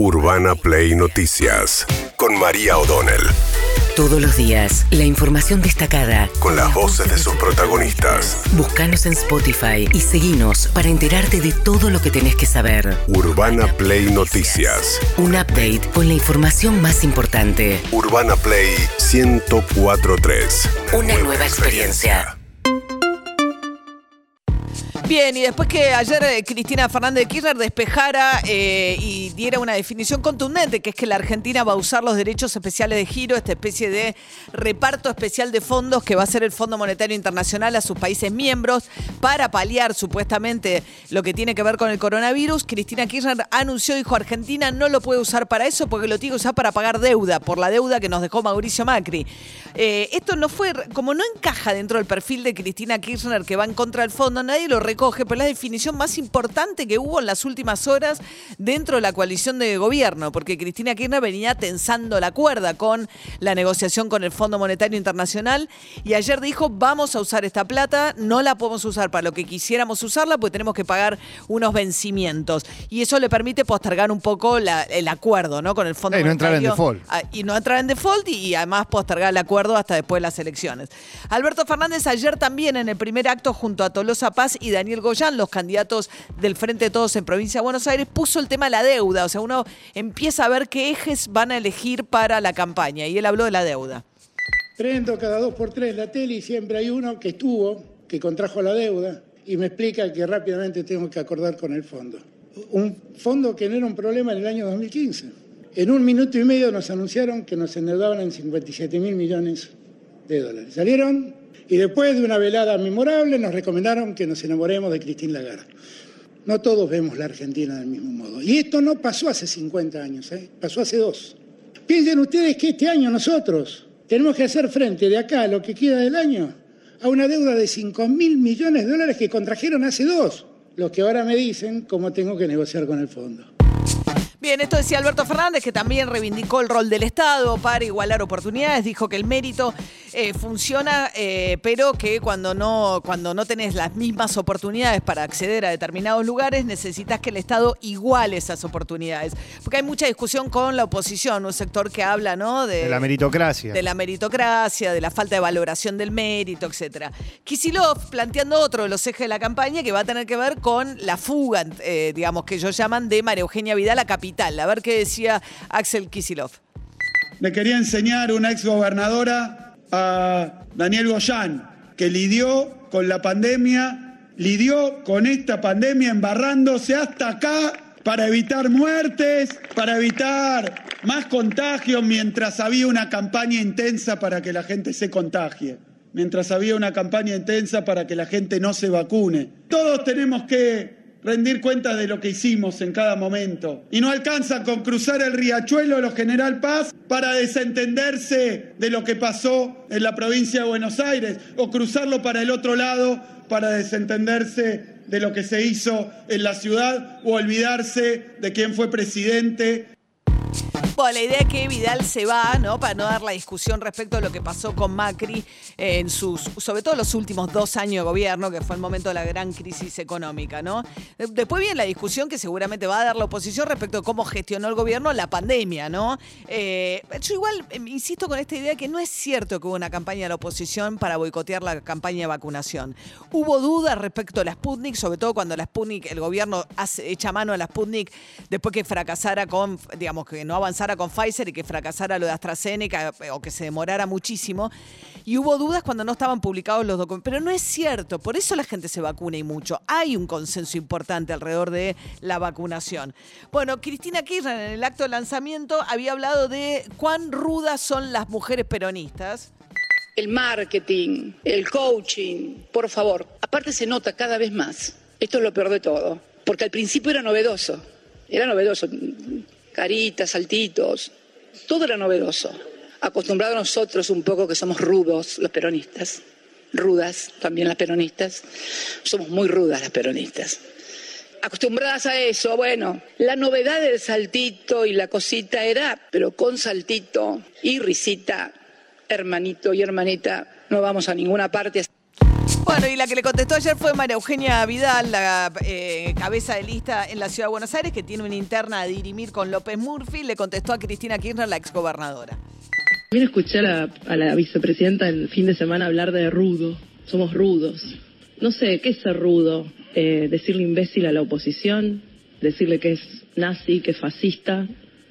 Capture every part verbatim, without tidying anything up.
Urbana Play Noticias con María O'Donnell. Todos los días, la información destacada con las voces de sus protagonistas. Búscanos en Spotify y seguinos para enterarte de todo lo que tenés que saber. Urbana Play Noticias. Un update con la información más importante. Urbana Play ciento cuatro punto tres. Una nueva experiencia. Bien, y después que ayer eh, Cristina Fernández de Kirchner despejara eh, y diera una definición contundente, que es que la Argentina va a usar los derechos especiales de giro, esta especie de reparto especial de fondos que va a hacer el Fondo Monetario Internacional a sus países miembros para paliar supuestamente lo que tiene que ver con el coronavirus. Cristina Kirchner anunció, dijo, Argentina no lo puede usar para eso porque lo tiene que usar para pagar deuda, por la deuda que nos dejó Mauricio Macri. Eh, esto no fue, como no encaja dentro del perfil de Cristina Kirchner que va en contra del fondo, nadie lo recoge, pero es la definición más importante que hubo en las últimas horas dentro de la coalición de gobierno, porque Cristina Kirchner venía tensando la cuerda con la negociación con el Fondo Monetario Internacional y ayer dijo, vamos a usar esta plata, no la podemos usar para lo que quisiéramos usarla porque tenemos que pagar unos vencimientos y eso le permite postergar un poco la, el acuerdo, ¿no? Con el Fondo hey, Monetario. No entrar en default. Y no entrar en default y, y además postergar el acuerdo hasta después de las elecciones. Alberto Fernández ayer también en el primer acto junto a Tolosa Paz y Daniel Goyán, los candidatos del Frente de Todos en Provincia de Buenos Aires, puso el tema de la deuda. O sea, uno empieza a ver qué ejes van a elegir para la campaña y él habló de la deuda. Prendo cada dos por tres la tele y siempre hay uno que estuvo, que contrajo la deuda y me explica que rápidamente tengo que acordar con el fondo. Un fondo que no era un problema en el año dos mil quince. En un minuto y medio nos anunciaron que nos endeudaban en cincuenta y siete mil millones de dólares. Salieron y después de una velada memorable nos recomendaron que nos enamoremos de Christine Lagarde. No todos vemos la Argentina del mismo modo. Y esto no pasó hace cincuenta años, ¿eh? Pasó hace dos. Piensen ustedes que este año nosotros tenemos que hacer frente de acá a lo que queda del año a una deuda de cinco mil millones de dólares que contrajeron hace dos. Los que ahora me dicen cómo tengo que negociar con el fondo. Bien, esto decía Alberto Fernández, que también reivindicó el rol del Estado para igualar oportunidades. Dijo que el mérito eh, funciona, eh, pero que cuando no, cuando no tenés las mismas oportunidades para acceder a determinados lugares, necesitas que el Estado iguale esas oportunidades. Porque hay mucha discusión con la oposición, un sector que habla, ¿no? De, de la meritocracia. De la meritocracia, de la falta de valoración del mérito, etcétera. Kicillof planteando otro de los ejes de la campaña que va a tener que ver con la fuga, eh, digamos, que ellos llaman de María Eugenia Vidal a capital. A ver qué decía Axel Kicillof. Le quería enseñar una exgobernadora a Daniel Goyán, que lidió con la pandemia, lidió con esta pandemia embarrándose hasta acá para evitar muertes, para evitar más contagios, mientras había una campaña intensa para que la gente se contagie, mientras había una campaña intensa para que la gente no se vacune. Todos tenemos que rendir cuentas de lo que hicimos en cada momento. Y no alcanza con cruzar el riachuelo o los General Paz para desentenderse de lo que pasó en la provincia de Buenos Aires, o cruzarlo para el otro lado para desentenderse de lo que se hizo en la ciudad, o olvidarse de quién fue presidente. Bueno, la idea es que Vidal se va, ¿no? Para no dar la discusión respecto a lo que pasó con Macri en sus, sobre todo los últimos dos años de gobierno, que fue el momento de la gran crisis económica, ¿no? Después viene la discusión que seguramente va a dar la oposición respecto a cómo gestionó el gobierno la pandemia, ¿no? Eh, yo igual eh, insisto con esta idea que no es cierto que hubo una campaña de la oposición para boicotear la campaña de vacunación. Hubo dudas respecto a la Sputnik, sobre todo cuando la Sputnik, el gobierno hace, echa mano a la Sputnik después que fracasara con, digamos, que no avanzara con Pfizer y que fracasara lo de AstraZeneca o que se demorara muchísimo. Y hubo dudas cuando no estaban publicados los documentos. Pero no es cierto, por eso la gente se vacuna y mucho. Hay un consenso importante alrededor de la vacunación. Bueno, Cristina Kirchner en el acto de lanzamiento había hablado de cuán rudas son las mujeres peronistas. El marketing, el coaching, por favor. Aparte se nota cada vez más. Esto es lo peor de todo. Porque al principio era novedoso. Era novedoso. Caritas, saltitos, todo era novedoso. Acostumbrados nosotros un poco que somos rudos los peronistas, rudas también las peronistas, somos muy rudas las peronistas. Acostumbradas a eso, bueno, la novedad del saltito y la cosita era, pero con saltito y risita, hermanito y hermanita, no vamos a ninguna parte. Bueno, y la que le contestó ayer fue María Eugenia Vidal, la eh, cabeza de lista en la Ciudad de Buenos Aires, que tiene una interna a dirimir con López Murphy. Le contestó a Cristina Kirchner, la exgobernadora. También escuché a la, a la vicepresidenta el fin de semana hablar de rudo. Somos rudos. No sé, ¿qué es ser rudo? Eh, decirle imbécil a la oposición, decirle que es nazi, que es fascista,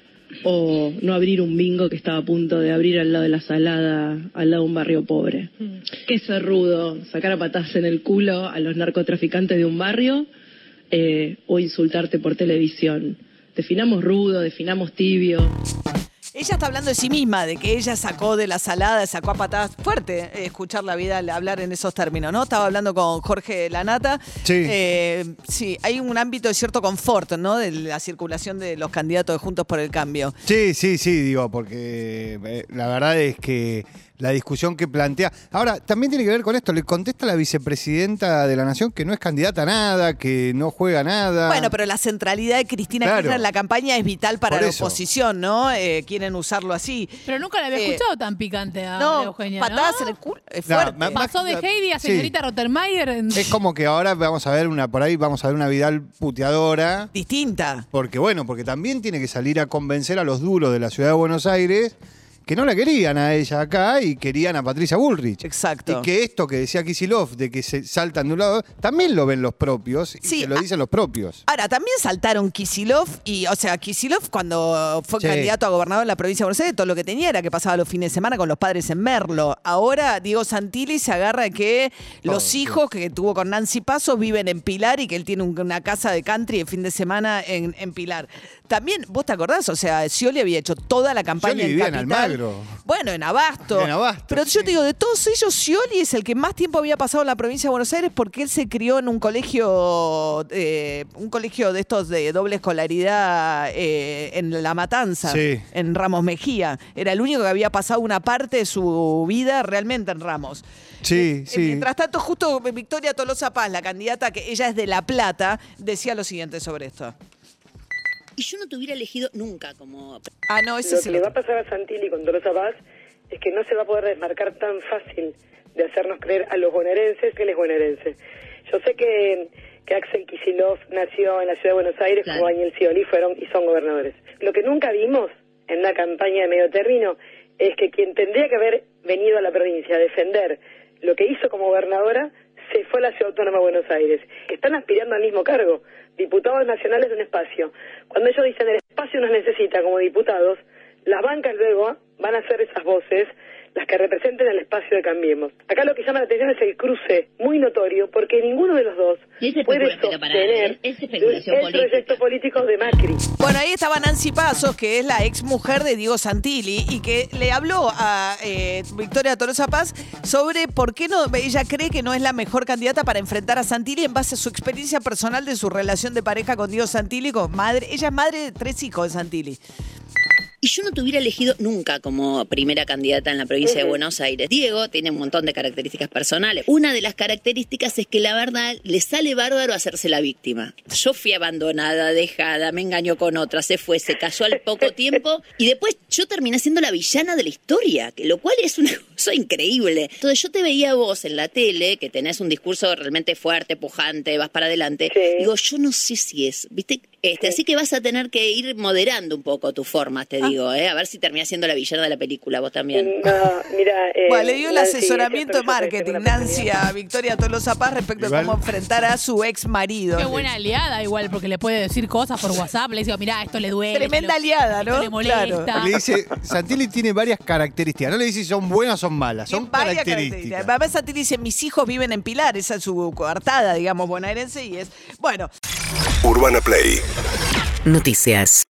o no abrir un bingo que estaba a punto de abrir al lado de la Salada, al lado de un barrio pobre. ¿Qué es ser rudo? ¿Sacar a patadas en el culo a los narcotraficantes de un barrio eh, o insultarte por televisión? Definamos rudo, definamos tibio. Ella está hablando de sí misma, de que ella sacó de la Salada, sacó a patadas. Fuerte eh, escuchar la vida hablar en esos términos, ¿no? Estaba hablando con Jorge Lanata. Sí. Eh, sí, hay un ámbito de cierto confort, ¿no? De la circulación de los candidatos de Juntos por el Cambio. Sí, sí, sí, digo, porque eh, la verdad es que la discusión que plantea... Ahora, también tiene que ver con esto. Le contesta a la vicepresidenta de la Nación que no es candidata a nada, que no juega nada. Bueno, pero la centralidad de Cristina Claro. Kirchner en la campaña es vital para Por la eso. oposición, ¿no? Eh, quieren usarlo así. Pero nunca la había Eh, escuchado tan picante a No, María Eugenia, patadas ¿no? en el culo. Es No, fuerte. ma- ma- Pasó de Heidi a Sí. señorita Rottenmeier. En... Es como que ahora vamos a ver una, por ahí vamos a ver una Vidal puteadora. Distinta. Porque bueno, porque también tiene que salir a convencer a los duros de la Ciudad de Buenos Aires que no la querían a ella acá y querían a Patricia Bullrich. Exacto. Y que esto que decía Kicillof, de que se saltan de un lado, también lo ven los propios y Sí, que lo a- dicen los propios. Ahora, también saltaron Kicillof y, o sea, Kicillof cuando fue Sí. candidato a gobernador en la provincia de Buenos Aires, todo lo que tenía era que pasaba los fines de semana con los padres en Merlo. Ahora Diego Santilli se agarra de que los sí. hijos que tuvo con Nancy Pasos viven en Pilar y que él tiene un- una casa de country de fin de semana en, en Pilar. También, ¿vos te acordás? O sea, Scioli había hecho toda la campaña Scioli en vivía en Capital. Almagro. Bueno, en Abasto. En Abasto, Pero sí. yo te digo, de todos ellos, Scioli es el que más tiempo había pasado en la provincia de Buenos Aires porque él se crió en un colegio, eh, un colegio de estos de doble escolaridad eh, en La Matanza, Sí. en Ramos Mejía. Era el único que había pasado una parte de su vida realmente en Ramos. Sí, Eh, sí. Mientras tanto, justo Victoria Tolosa Paz, la candidata, que ella es de La Plata, decía lo siguiente sobre esto. Y yo no te hubiera elegido nunca como... Ah, no, ese Lo es que el le va otro. a pasar a Santilli con Tolosa Paz es que no se va a poder desmarcar tan fácil de hacernos creer a los bonaerenses que él es bonaerense. Yo sé que, que Axel Kicillof nació en la ciudad de Buenos Aires, Claro. como Daniel Scioli fueron y son gobernadores. Lo que nunca vimos en una campaña de medio término es que quien tendría que haber venido a la provincia a defender lo que hizo como gobernadora se fue a la Ciudad Autónoma de Buenos Aires. Están aspirando al mismo cargo, diputados nacionales de un espacio. Cuando ellos dicen el espacio nos necesita como diputados, las bancas luego van a ser esas voces las que representen el espacio de Cambiemos. Acá lo que llama la atención es el cruce muy notorio, porque ninguno de los dos Y ese puede especula- pero para, sostener es- es especulación el política. proyecto político de Macri. Bueno, ahí estaba Nancy Pasos, que es la ex mujer de Diego Santilli, y que le habló a eh, Victoria Tolosa Paz sobre por qué no, ella cree que no es la mejor candidata para enfrentar a Santilli en base a su experiencia personal de su relación de pareja con Diego Santilli, con madre. Ella es madre de tres hijos de Santilli. Y yo no te hubiera elegido nunca como primera candidata en la provincia de Buenos Aires. Diego tiene un montón de características personales. Una de las características es que la verdad le sale bárbaro hacerse la víctima. Yo fui abandonada, dejada, me engañó con otra, se fue, se cayó al poco tiempo y después yo terminé siendo la villana de la historia, que lo cual es una cosa increíble. Entonces yo te veía a vos en la tele, que tenés un discurso realmente fuerte, pujante, vas para adelante. Sí. Digo, yo no sé si es, ¿viste? Este, así que vas a tener que ir moderando un poco tus formas, te digo, ¿eh? A ver si terminás siendo la villana de la película, vos también. No, mira, eh, Bueno, le dio el Nancy, asesoramiento de esto yo te marketing, tengo una Nancy, oportunidad. a Victoria Tolosa Paz respecto Igual- de cómo enfrentar a su ex marido. Qué buena aliada igual, porque le puede decir cosas por WhatsApp. Le digo, mirá, esto le duele. Tremenda esto le- aliada, ¿no? Esto le molesta. Claro. Le dice, Santilli tiene varias características. No le dice si son buenas o son malas, son Tiene varias características. Mamá Santilli dice, mis hijos viven en Pilar, esa es su coartada, digamos, bonaerense, y es... Bueno, Urbana Play. Noticias.